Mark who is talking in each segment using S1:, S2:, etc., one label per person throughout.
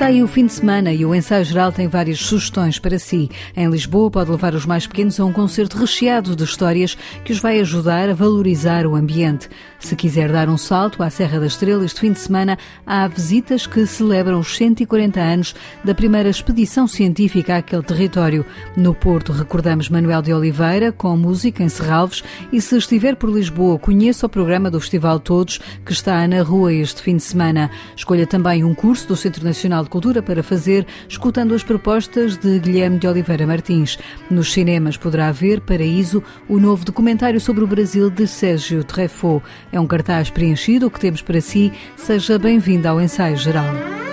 S1: Está aí o fim de semana e o Ensaio Geral tem várias sugestões para si. Em Lisboa pode levar os mais pequenos a um concerto recheado de histórias que os vai ajudar a valorizar o ambiente. Se quiser dar um salto à Serra da Estrela este fim de semana, há visitas que celebram os 140 anos da primeira expedição científica àquele território. No Porto recordamos Manuel de Oliveira, com música em Serralves, e se estiver por Lisboa, conheça o programa do Festival Todos, que está na rua este fim de semana. Escolha também um curso do Centro Nacional de Cultura para fazer, escutando as propostas de Guilherme de Oliveira Martins. Nos cinemas poderá ver Paraíso, o novo documentário sobre o Brasil de Sérgio Treffaut. É um cartaz preenchido, o que temos para si. Seja bem-vindo ao Ensaio Geral.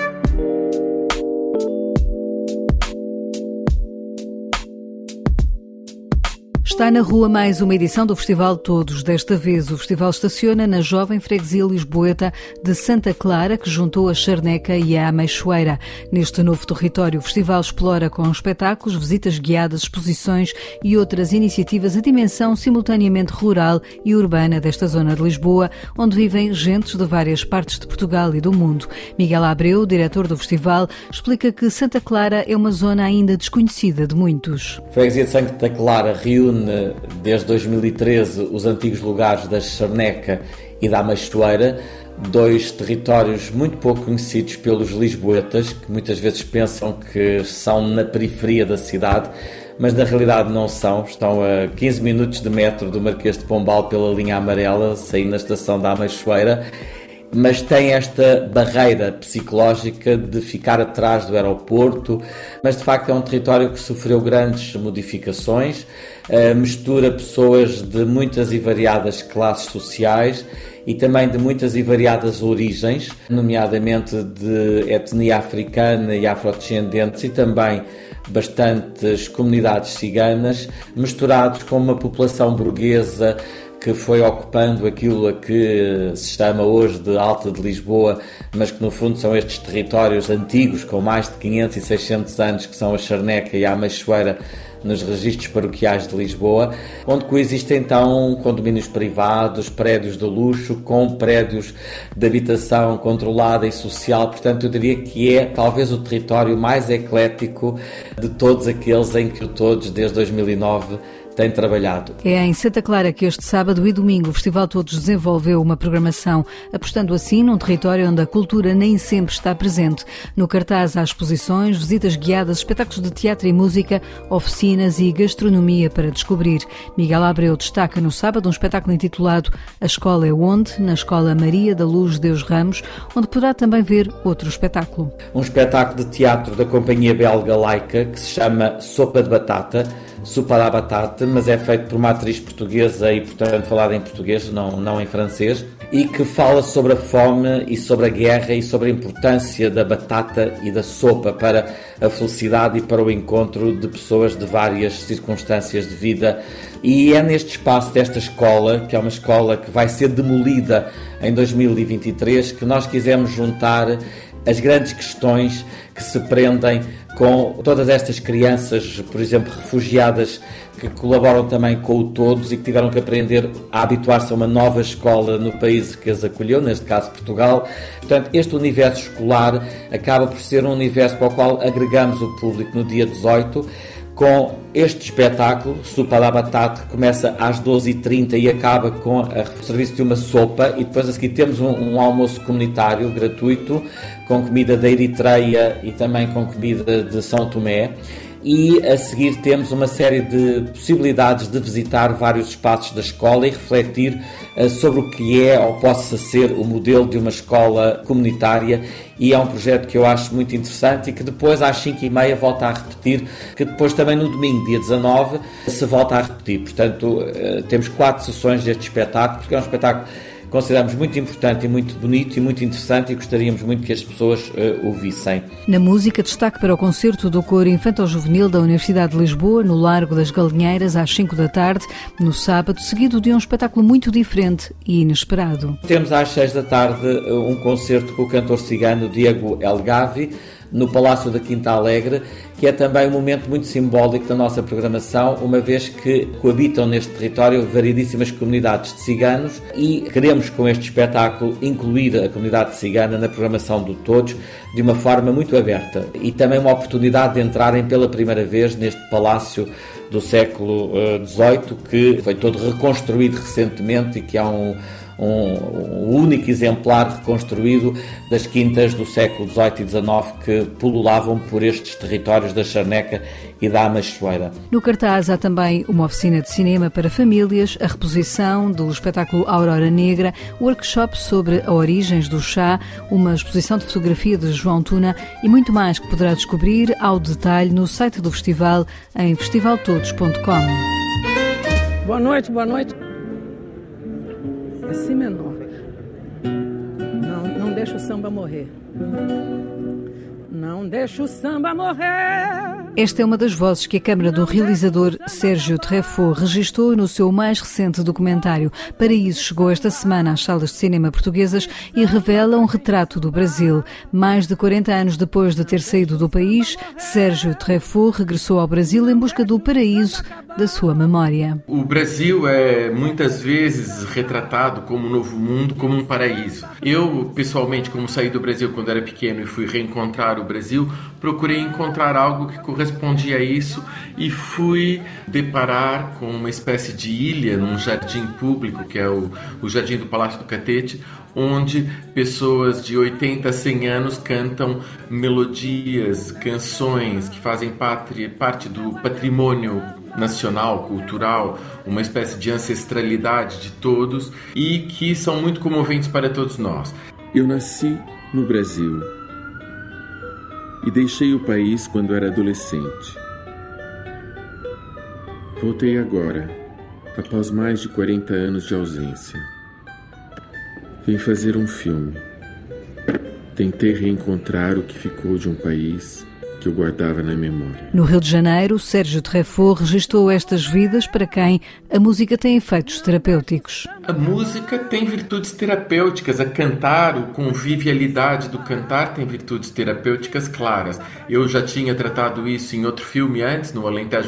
S1: Está na rua mais uma edição do Festival Todos. Desta vez o festival estaciona na jovem freguesia lisboeta de Santa Clara, que juntou a Charneca e a Ameixoeira. Neste novo território, o festival explora com espetáculos, visitas guiadas, exposições e outras iniciativas a dimensão simultaneamente rural e urbana desta zona de Lisboa, onde vivem gentes de várias partes de Portugal e do mundo. Miguel Abreu, diretor do festival, explica que Santa Clara é uma zona ainda desconhecida de muitos.
S2: A freguesia de Santa Clara reúne desde 2013 os antigos lugares da Charneca e da Ameixoeira, dois territórios muito pouco conhecidos pelos lisboetas, que muitas vezes pensam que são na periferia da cidade, mas na realidade não são. Estão a 15 minutos de metro do Marquês de Pombal pela linha amarela, saindo na estação da Ameixoeira, mas tem esta barreira psicológica de ficar atrás do aeroporto, mas de facto é um território que sofreu grandes modificações, mistura pessoas de muitas e variadas classes sociais e também de muitas e variadas origens, nomeadamente de etnia africana e afrodescendentes e também bastantes comunidades ciganas, misturados com uma população burguesa que foi ocupando aquilo a que se chama hoje de Alta de Lisboa, mas que no fundo são estes territórios antigos, com mais de 500 e 600 anos, que são a Charneca e a Ameixoeira, nos registros paroquiais de Lisboa, onde coexistem então condomínios privados, prédios de luxo, com prédios de habitação controlada e social. Portanto, eu diria que é talvez o território mais eclético de todos aqueles em que o Todos, desde 2009, tem trabalhado.
S1: É em Santa Clara que este sábado e domingo o Festival Todos desenvolveu uma programação, apostando assim num território onde a cultura nem sempre está presente. No cartaz há exposições, visitas guiadas, espetáculos de teatro e música, oficinas e gastronomia para descobrir. Miguel Abreu destaca no sábado um espetáculo intitulado A Escola é Onde, na Escola Maria da Luz Deus Ramos, onde poderá também ver outro espetáculo.
S2: Um espetáculo de teatro da companhia belga Laica, que se chama Sopa de Batata, Sopa da Batata, mas é feito por uma atriz portuguesa e, portanto, falado em português, não em francês, e que fala sobre a fome e sobre a guerra e sobre a importância da batata e da sopa para a felicidade e para o encontro de pessoas de várias circunstâncias de vida. E é neste espaço desta escola, que é uma escola que vai ser demolida em 2023, que nós quisemos juntar as grandes questões que se prendem com todas estas crianças, por exemplo, refugiadas, que colaboram também com o Todos e que tiveram que aprender a habituar-se a uma nova escola no país que as acolheu, neste caso Portugal. Portanto, este universo escolar acaba por ser um universo para o qual agregamos o público no dia 18, com este espetáculo, Sopa da Batata, que começa às 12h30 e acaba com o serviço de uma sopa, e depois a seguir temos um almoço comunitário gratuito, com comida da Eritreia e também com comida de São Tomé. E a seguir temos uma série de possibilidades de visitar vários espaços da escola e refletir sobre o que é ou possa ser o modelo de uma escola comunitária, e é um projeto que eu acho muito interessante e que depois às 5h30 volta a repetir, que depois também no domingo, dia 19, se volta a repetir. Portanto, temos 4 sessões deste espetáculo, porque é um espetáculo consideramos muito importante e muito bonito e muito interessante, e gostaríamos muito que as pessoas o vissem.
S1: Na música, destaque para o concerto do Coro Infanto-Juvenil da Universidade de Lisboa, no Largo das Galinheiras, às 5 da tarde, no sábado, seguido de um espetáculo muito diferente e inesperado.
S2: Temos às 6 da tarde um concerto com o cantor cigano Diego El Gavi, no Palácio da Quinta Alegre, que é também um momento muito simbólico da nossa programação, uma vez que coabitam neste território variedíssimas comunidades de ciganos e queremos, com este espetáculo, incluir a comunidade cigana na programação de todos de uma forma muito aberta e também uma oportunidade de entrarem pela primeira vez neste palácio do século XVIII, que foi todo reconstruído recentemente e que é um único exemplar reconstruído das quintas do século XVIII e XIX que pululavam por estes territórios da Charneca e da Amachoeira.
S1: No cartaz há também uma oficina de cinema para famílias, a reposição do espetáculo Aurora Negra, workshop sobre as origens do chá, uma exposição de fotografia de João Tuna e muito mais que poderá descobrir ao detalhe no site do festival em festivaltodos.com.
S3: Boa noite, boa noite. É si menor. Não deixa o samba morrer. Não deixa o samba morrer.
S1: Esta é uma das vozes que a câmara do realizador Sérgio Treffaut registou no seu mais recente documentário. Paraíso chegou esta semana às salas de cinema portuguesas e revela um retrato do Brasil. Mais de 40 anos depois de ter saído do país, Sérgio Treffaut regressou ao Brasil em busca do paraíso da sua memória.
S4: O Brasil é muitas vezes retratado como um novo mundo, como um paraíso. Eu, pessoalmente, como saí do Brasil quando era pequeno e fui reencontrar o Brasil, procurei encontrar algo que correspondia a isso e fui deparar com uma espécie de ilha num jardim público, que é o Jardim do Palácio do Catete, onde pessoas de 80 a 100 anos cantam melodias, canções que fazem parte do patrimônio nacional, cultural, uma espécie de ancestralidade de todos e que são muito comoventes para todos nós.
S5: Eu nasci no Brasil e deixei o país quando era adolescente. Voltei agora, após mais de 40 anos de ausência. Vim fazer um filme. Tentei reencontrar o que ficou de um país que eu guardava na memória.
S1: No Rio de Janeiro, Sérgio Treffaut registou estas vidas para quem a música tem efeitos terapêuticos.
S4: A música tem virtudes terapêuticas, a cantar, a convivialidade do cantar tem virtudes terapêuticas claras. Eu já tinha tratado isso em outro filme antes, no Alentejo,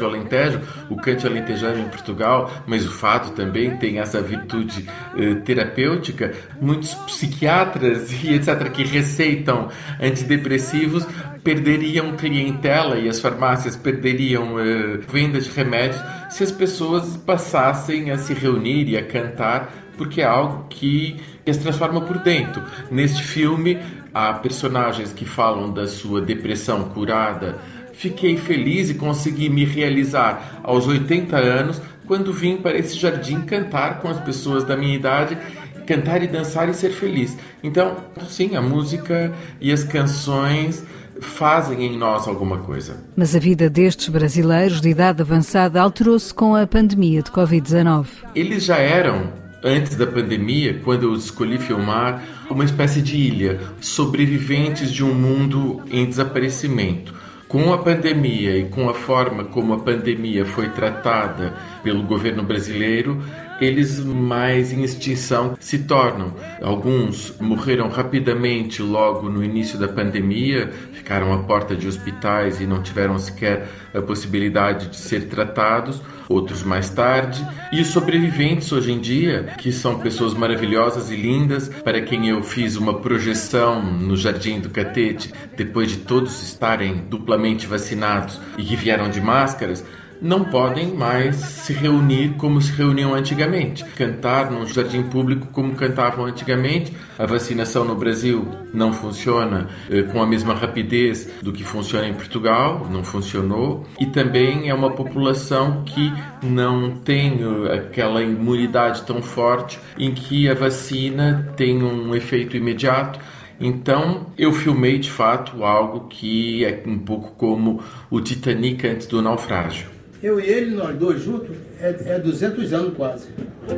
S4: o Cante Alentejano em Portugal, mas o fado também tem essa virtude terapêutica. Muitos psiquiatras e etc. que receitam antidepressivos perderiam clientela e as farmácias perderiam venda de remédios se as pessoas passassem a se reunir e a cantar, porque é algo que as transforma por dentro. Neste filme, há personagens que falam da sua depressão curada. Fiquei feliz e consegui me realizar aos 80 anos quando vim para esse jardim cantar com as pessoas da minha idade, cantar e dançar e ser feliz. Então, sim, a música e as canções fazem em nós alguma coisa.
S1: Mas a vida destes brasileiros de idade avançada alterou-se com a pandemia de Covid-19.
S4: Eles já eram, antes da pandemia, quando eu escolhi filmar, uma espécie de ilha, sobreviventes de um mundo em desaparecimento. Com a pandemia e com a forma como a pandemia foi tratada pelo governo brasileiro, eles mais em extinção se tornam. Alguns morreram rapidamente logo no início da pandemia, ficaram à porta de hospitais e não tiveram sequer a possibilidade de ser tratados, outros mais tarde. E os sobreviventes hoje em dia, que são pessoas maravilhosas e lindas, para quem eu fiz uma projeção no Jardim do Catete, depois de todos estarem duplamente vacinados e que vieram de máscaras, não podem mais se reunir como se reuniam antigamente, cantar num jardim público como cantavam antigamente. A vacinação no Brasil não funciona com a mesma rapidez do que funciona em Portugal, não funcionou, e também é uma população que não tem aquela imunidade tão forte em que a vacina tem um efeito imediato. Então, eu filmei de fato algo que é um pouco como o Titanic antes do naufrágio.
S6: Eu e ele, nós dois juntos, é 200 anos quase.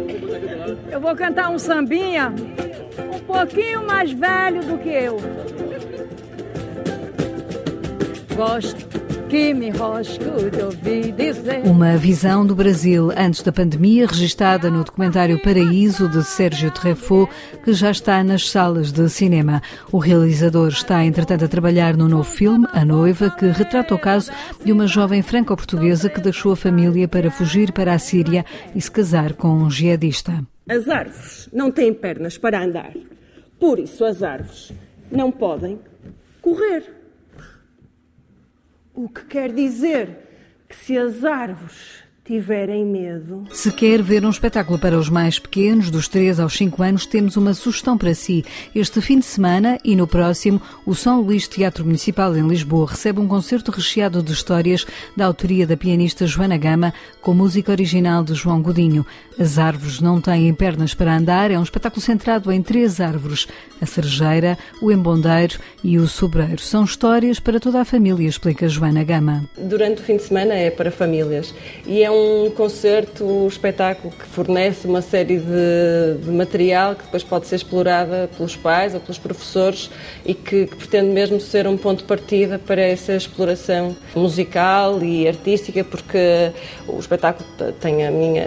S3: Eu vou cantar um sambinha um pouquinho mais velho do que eu. Gosto que me enrosco de ouvir dizer.
S1: Uma visão do Brasil antes da pandemia, registada no documentário Paraíso, de Sérgio Treffaut, que já está nas salas de cinema. O realizador está, entretanto, a trabalhar no novo filme, A Noiva, que retrata o caso de uma jovem franco-portuguesa que deixou a família para fugir para a Síria e se casar com um jihadista.
S7: As árvores não têm pernas para andar. Por isso as árvores não podem correr. O que quer dizer que se as árvores tiverem medo...
S1: Se quer ver um espetáculo para os mais pequenos, dos 3 aos 5 anos, temos uma sugestão para si. Este fim de semana e no próximo, o São Luís Teatro Municipal em Lisboa recebe um concerto recheado de histórias da autoria da pianista Joana Gama, com música original de João Godinho. As árvores não têm pernas para andar é um espetáculo centrado em 3 árvores: a cerejeira, o embondeiro e o sobreiro. São histórias para toda a família, explica Joana Gama.
S7: Durante o fim de semana é para famílias e é um concerto, um espetáculo que fornece uma série de material que depois pode ser explorada pelos pais ou pelos professores e que pretende mesmo ser um ponto de partida para essa exploração musical e artística, porque o espetáculo tem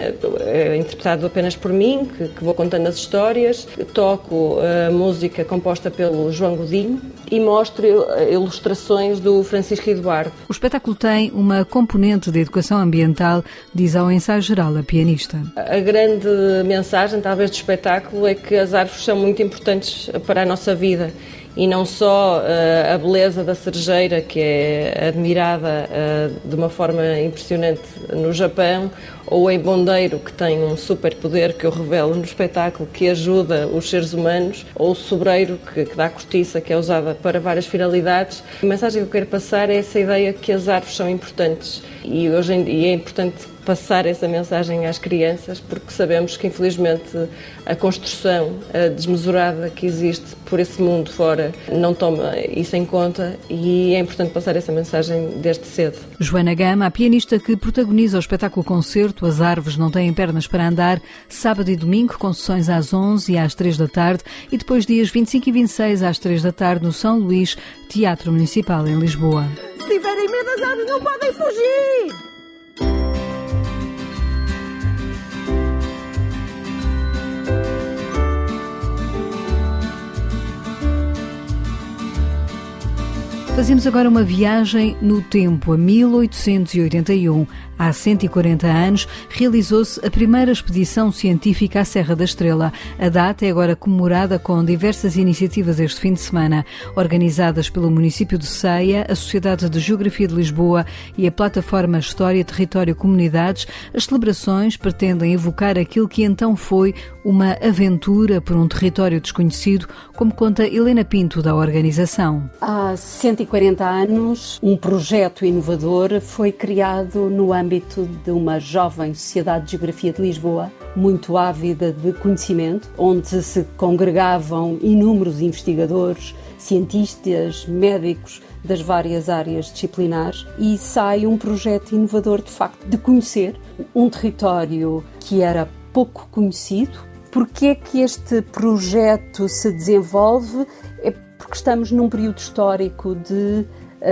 S7: é interpretado apenas por mim, que vou contando as histórias, toco a música composta pelo João Godinho e mostro ilustrações do Francisco Eduardo.
S1: O espetáculo tem uma componente de educação ambiental, diz ao ensaio geral a pianista.
S7: A grande mensagem, talvez, do espetáculo é que as árvores são muito importantes para a nossa vida. E não só a beleza da cerejeira, que é admirada de uma forma impressionante no Japão, ou o embondeiro, que tem um superpoder que eu revelo no espetáculo, que ajuda os seres humanos, ou o sobreiro, que dá cortiça, que é usada para várias finalidades. A mensagem que eu quero passar é essa ideia que as árvores são importantes. E hoje em dia é importante passar essa mensagem às crianças, porque sabemos que, infelizmente, a construção desmesurada que existe por esse mundo fora não toma isso em conta e é importante passar essa mensagem desde cedo.
S1: Joana Gama, a pianista que protagoniza o espetáculo concerto As Árvores Não Têm Pernas para Andar, sábado e domingo, com sessões às 11 e às 3 da tarde e depois dias 25 e 26 às 3 da tarde no São Luís Teatro Municipal em Lisboa.
S7: Se tiverem medo, as árvores não podem fugir!
S1: Fazemos agora uma viagem no tempo, a 1881. Há 140 anos, realizou-se a primeira expedição científica à Serra da Estrela. A data é agora comemorada com diversas iniciativas este fim de semana, organizadas pelo município de Ceia, a Sociedade de Geografia de Lisboa e a plataforma História, Território, Comunidades. As celebrações pretendem evocar aquilo que então foi uma aventura por um território desconhecido, como conta Helena Pinto, da organização.
S8: Há 140 anos, um projeto inovador foi criado no âmbito de uma jovem Sociedade de Geografia de Lisboa, muito ávida de conhecimento, onde se congregavam inúmeros investigadores, cientistas, médicos das várias áreas disciplinares, e sai um projeto inovador, de facto, de conhecer um território que era pouco conhecido. Porquê é que este projeto se desenvolve? É porque estamos num período histórico de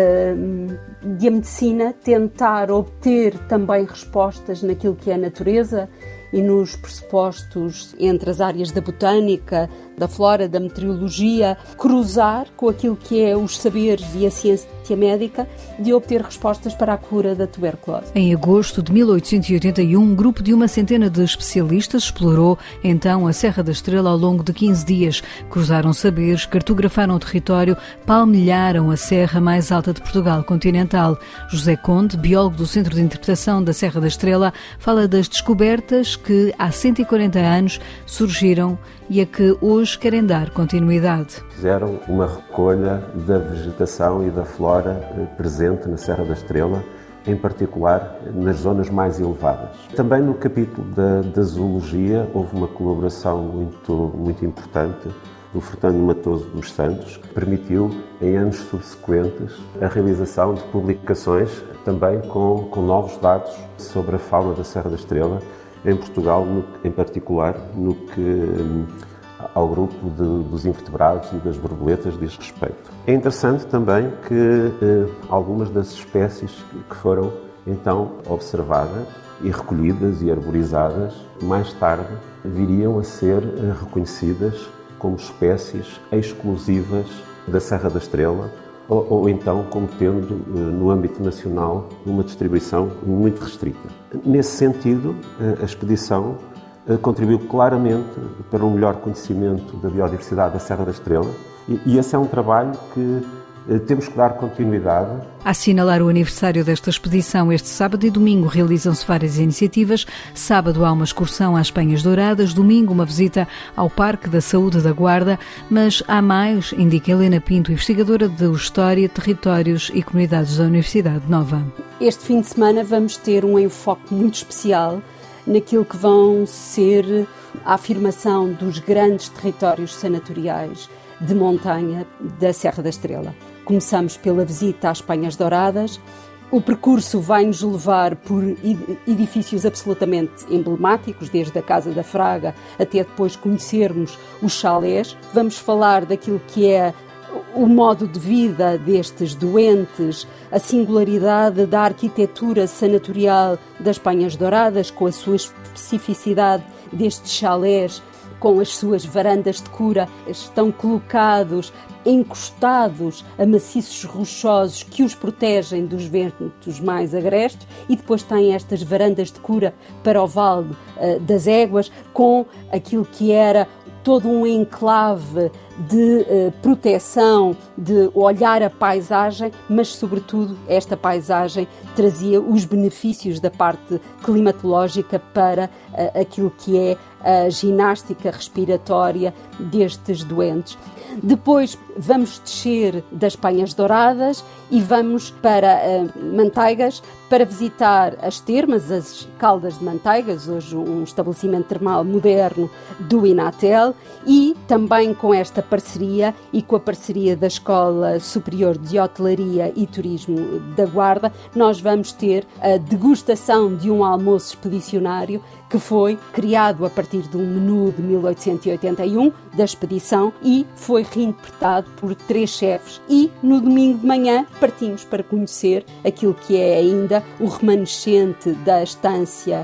S8: a medicina tentar obter também respostas naquilo que é a natureza e nos pressupostos entre as áreas da botânica, da flora, da meteorologia, cruzar com aquilo que é os saberes e a ciência médica de obter respostas para a cura da tuberculose.
S1: Em agosto de 1881, um grupo de uma centena de especialistas explorou então a Serra da Estrela ao longo de 15 dias. Cruzaram saberes, cartografaram o território, palmilharam a serra mais alta de Portugal continental. José Conde, biólogo do Centro de Interpretação da Serra da Estrela, fala das descobertas que há 140 anos surgiram e a que hoje querem dar continuidade.
S9: Fizeram uma recolha da vegetação e da flora presente na Serra da Estrela, em particular nas zonas mais elevadas. Também no capítulo da zoologia houve uma colaboração muito importante do Fortânio Matoso dos Santos, que permitiu, em anos subsequentes, a realização de publicações também com novos dados sobre a fauna da Serra da Estrela, em Portugal, em particular, no que ao grupo dos invertebrados e das borboletas diz respeito. É interessante também que algumas das espécies que foram então observadas e recolhidas e arborizadas, mais tarde viriam a ser reconhecidas como espécies exclusivas da Serra da Estrela, ou então como tendo, no âmbito nacional, uma distribuição muito restrita. Nesse sentido, a expedição contribuiu claramente para um melhor conhecimento da biodiversidade da Serra da Estrela, e esse é um trabalho que temos que dar continuidade.
S1: A assinalar o aniversário desta expedição, este sábado e domingo realizam-se várias iniciativas. Sábado há uma excursão às Penhas Douradas, domingo uma visita ao Parque da Saúde da Guarda, mas há mais, indica Helena Pinto, investigadora de História, Territórios e Comunidades da Universidade Nova.
S8: Este fim de semana vamos ter um enfoque muito especial naquilo que vão ser a afirmação dos grandes territórios sanatoriais de montanha da Serra da Estrela. Começamos pela visita às Penhas Douradas. O percurso vai-nos levar por edifícios absolutamente emblemáticos, desde a Casa da Fraga até depois conhecermos os chalés. Vamos falar daquilo que é o modo de vida destes doentes, a singularidade da arquitetura sanatorial das Penhas Douradas, com a sua especificidade destes chalés, com as suas varandas de cura, estão colocados, encostados a maciços rochosos que os protegem dos ventos mais agrestes, e depois têm estas varandas de cura para o Vale das Éguas, com aquilo que era todo um enclave de proteção, de olhar a paisagem, mas sobretudo esta paisagem trazia os benefícios da parte climatológica para aquilo que é a ginástica respiratória destes doentes. Depois vamos descer das Penhas Douradas e vamos para Manteigas para visitar as termas, as Caldas de Manteigas, hoje um estabelecimento termal moderno do Inatel, e também com esta parceria e com a parceria da Escola Superior de Hotelaria e Turismo da Guarda, nós vamos ter a degustação de um almoço expedicionário que foi criado a partir de um menu de 1881 da expedição e foi reinterpretado por 3 chefes. E no domingo de manhã partimos para conhecer aquilo que é ainda o remanescente da estância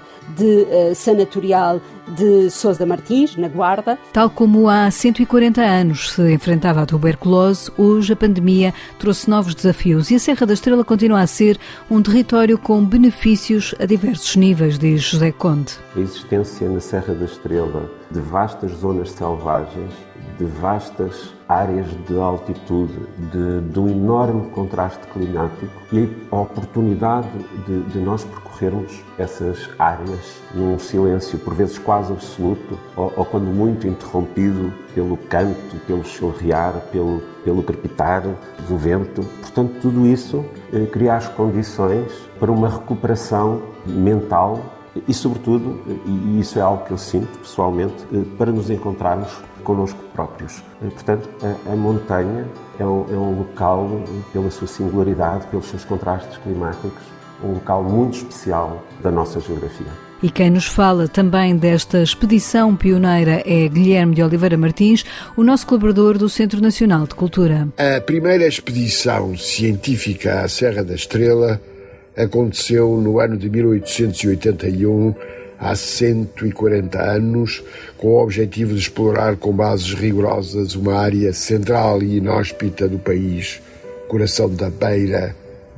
S8: sanatorial de Sousa Martins, na Guarda.
S1: Tal como há 140 anos se enfrentava a tuberculose, hoje a pandemia trouxe novos desafios e a Serra da Estrela continua a ser um território com benefícios a diversos níveis, diz José Conde.
S9: A existência na Serra da Estrela de vastas zonas selvagens, de vastas áreas de altitude, de um enorme contraste climático e a oportunidade de nós percorrermos essas áreas num silêncio por vezes quase absoluto ou quando muito interrompido pelo canto, pelo chorrear, pelo crepitar do vento. Portanto, tudo isso cria as condições para uma recuperação mental e, sobretudo, e isso é algo que eu sinto pessoalmente, para nos encontrarmos connosco próprios. Portanto, a montanha é um local, pela sua singularidade, pelos seus contrastes climáticos, um local muito especial da nossa geografia.
S1: E quem nos fala também desta expedição pioneira é Guilherme de Oliveira Martins, o nosso colaborador do Centro Nacional de Cultura.
S10: A primeira expedição científica à Serra da Estrela aconteceu no ano de 1881, há 140 anos, com o objetivo de explorar com bases rigorosas uma área central e inóspita do país, coração da Beira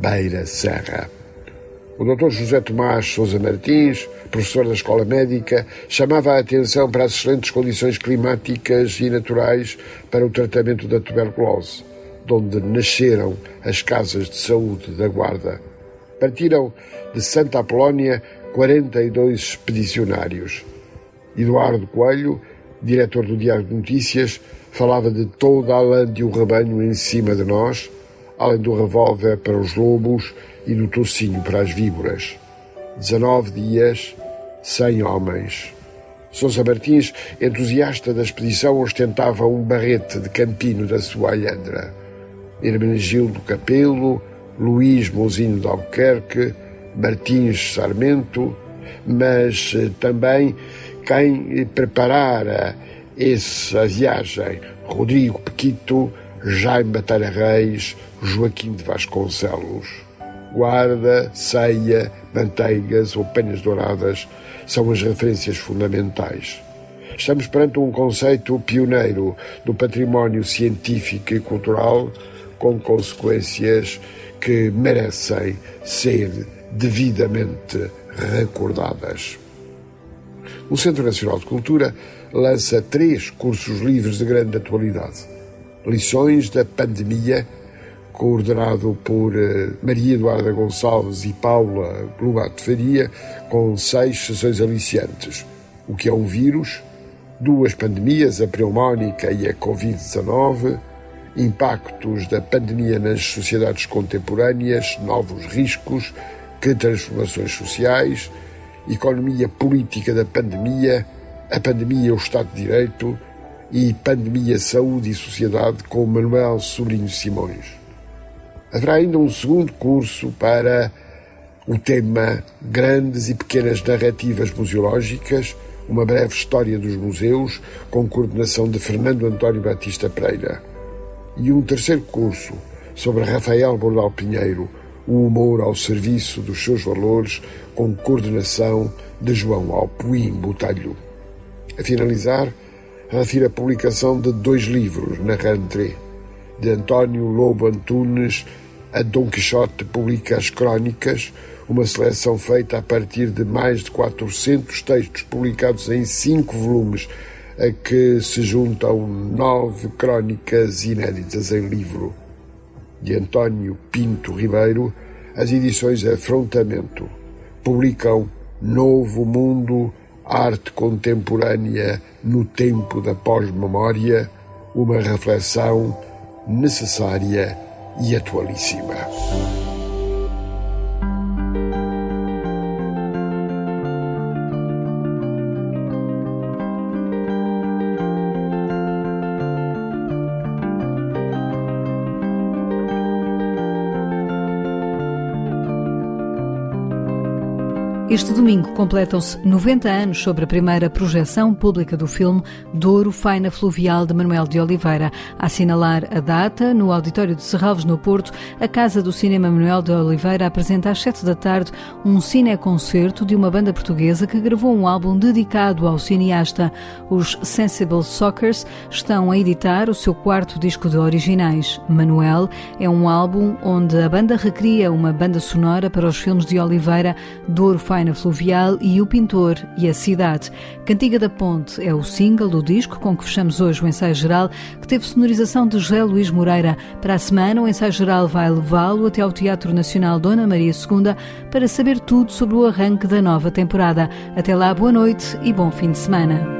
S10: Serra. O Dr. José Tomás Sousa Martins, professor da Escola Médica, chamava a atenção para as excelentes condições climáticas e naturais para o tratamento da tuberculose, de onde nasceram as casas de saúde da Guarda. Partiram de Santa Apolónia 42 expedicionários. Eduardo Coelho, diretor do Diário de Notícias, falava de toda a lã de um rebanho em cima de nós, além do revólver para os lobos e do tocinho para as víboras. 19 dias, 100 homens. Sousa Martins, entusiasta da expedição, ostentava um barrete de campino da sua alhandra. Hermenegildo Capelo, Luís Mouzinho de Albuquerque, Martins Sarmento, mas também quem preparara essa viagem, Rodrigo Pequito, Jaime Batalha Reis, Joaquim de Vasconcelos. Guarda, ceia, manteigas ou penas douradas são as referências fundamentais. Estamos perante um conceito pioneiro do património científico e cultural com consequências que merecem ser devidamente recordadas. O Centro Nacional de Cultura lança 3 cursos livres de grande atualidade. Lições da Pandemia, coordenado por Maria Eduarda Gonçalves e Paula Globato Faria, com 6 sessões aliciantes. O que é um vírus? 2 pandemias, a pneumónica e a Covid-19, impactos da pandemia nas sociedades contemporâneas, novos riscos, que transformações sociais, economia política da pandemia, a pandemia e o Estado de Direito e pandemia, saúde e sociedade, com Manuel Sobrinho Simões. Haverá ainda um segundo curso para o tema Grandes e Pequenas Narrativas Museológicas, uma breve história dos museus, com coordenação de Fernando António Batista Pereira. E um terceiro curso sobre Rafael Bordal Pinheiro, o humor ao serviço dos seus valores, com coordenação de João Alpuim Botelho. A finalizar, refiro a publicação de 2 livros na rentrée. De António Lobo Antunes, a Dom Quixote publica as Crónicas, uma seleção feita a partir de mais de 400 textos publicados em 5 volumes, a que se juntam 9 crónicas inéditas em livro. De António Pinto Ribeiro, as edições Afrontamento publicam Novo Mundo, Arte Contemporânea no Tempo da Pós-Memória, uma reflexão necessária e atualíssima.
S1: Este domingo completam-se 90 anos sobre a primeira projeção pública do filme Douro, Faina Fluvial, de Manuel de Oliveira. A assinalar a data, no auditório de Serralves, no Porto, a Casa do Cinema Manuel de Oliveira apresenta às 7 da tarde um cineconcerto de uma banda portuguesa que gravou um álbum dedicado ao cineasta. Os Sensible Sockers estão a editar o seu 4º disco de originais. Manuel é um álbum onde a banda recria uma banda sonora para os filmes de Oliveira, Douro, Faina Fluvial e O Pintor e a Cidade. Cantiga da Ponte é o single do disco com que fechamos hoje o ensaio geral, que teve sonorização de José Luís Moreira. Para a semana, o ensaio geral vai levá-lo até ao Teatro Nacional Dona Maria II para saber tudo sobre o arranque da nova temporada. Até lá, boa noite e bom fim de semana.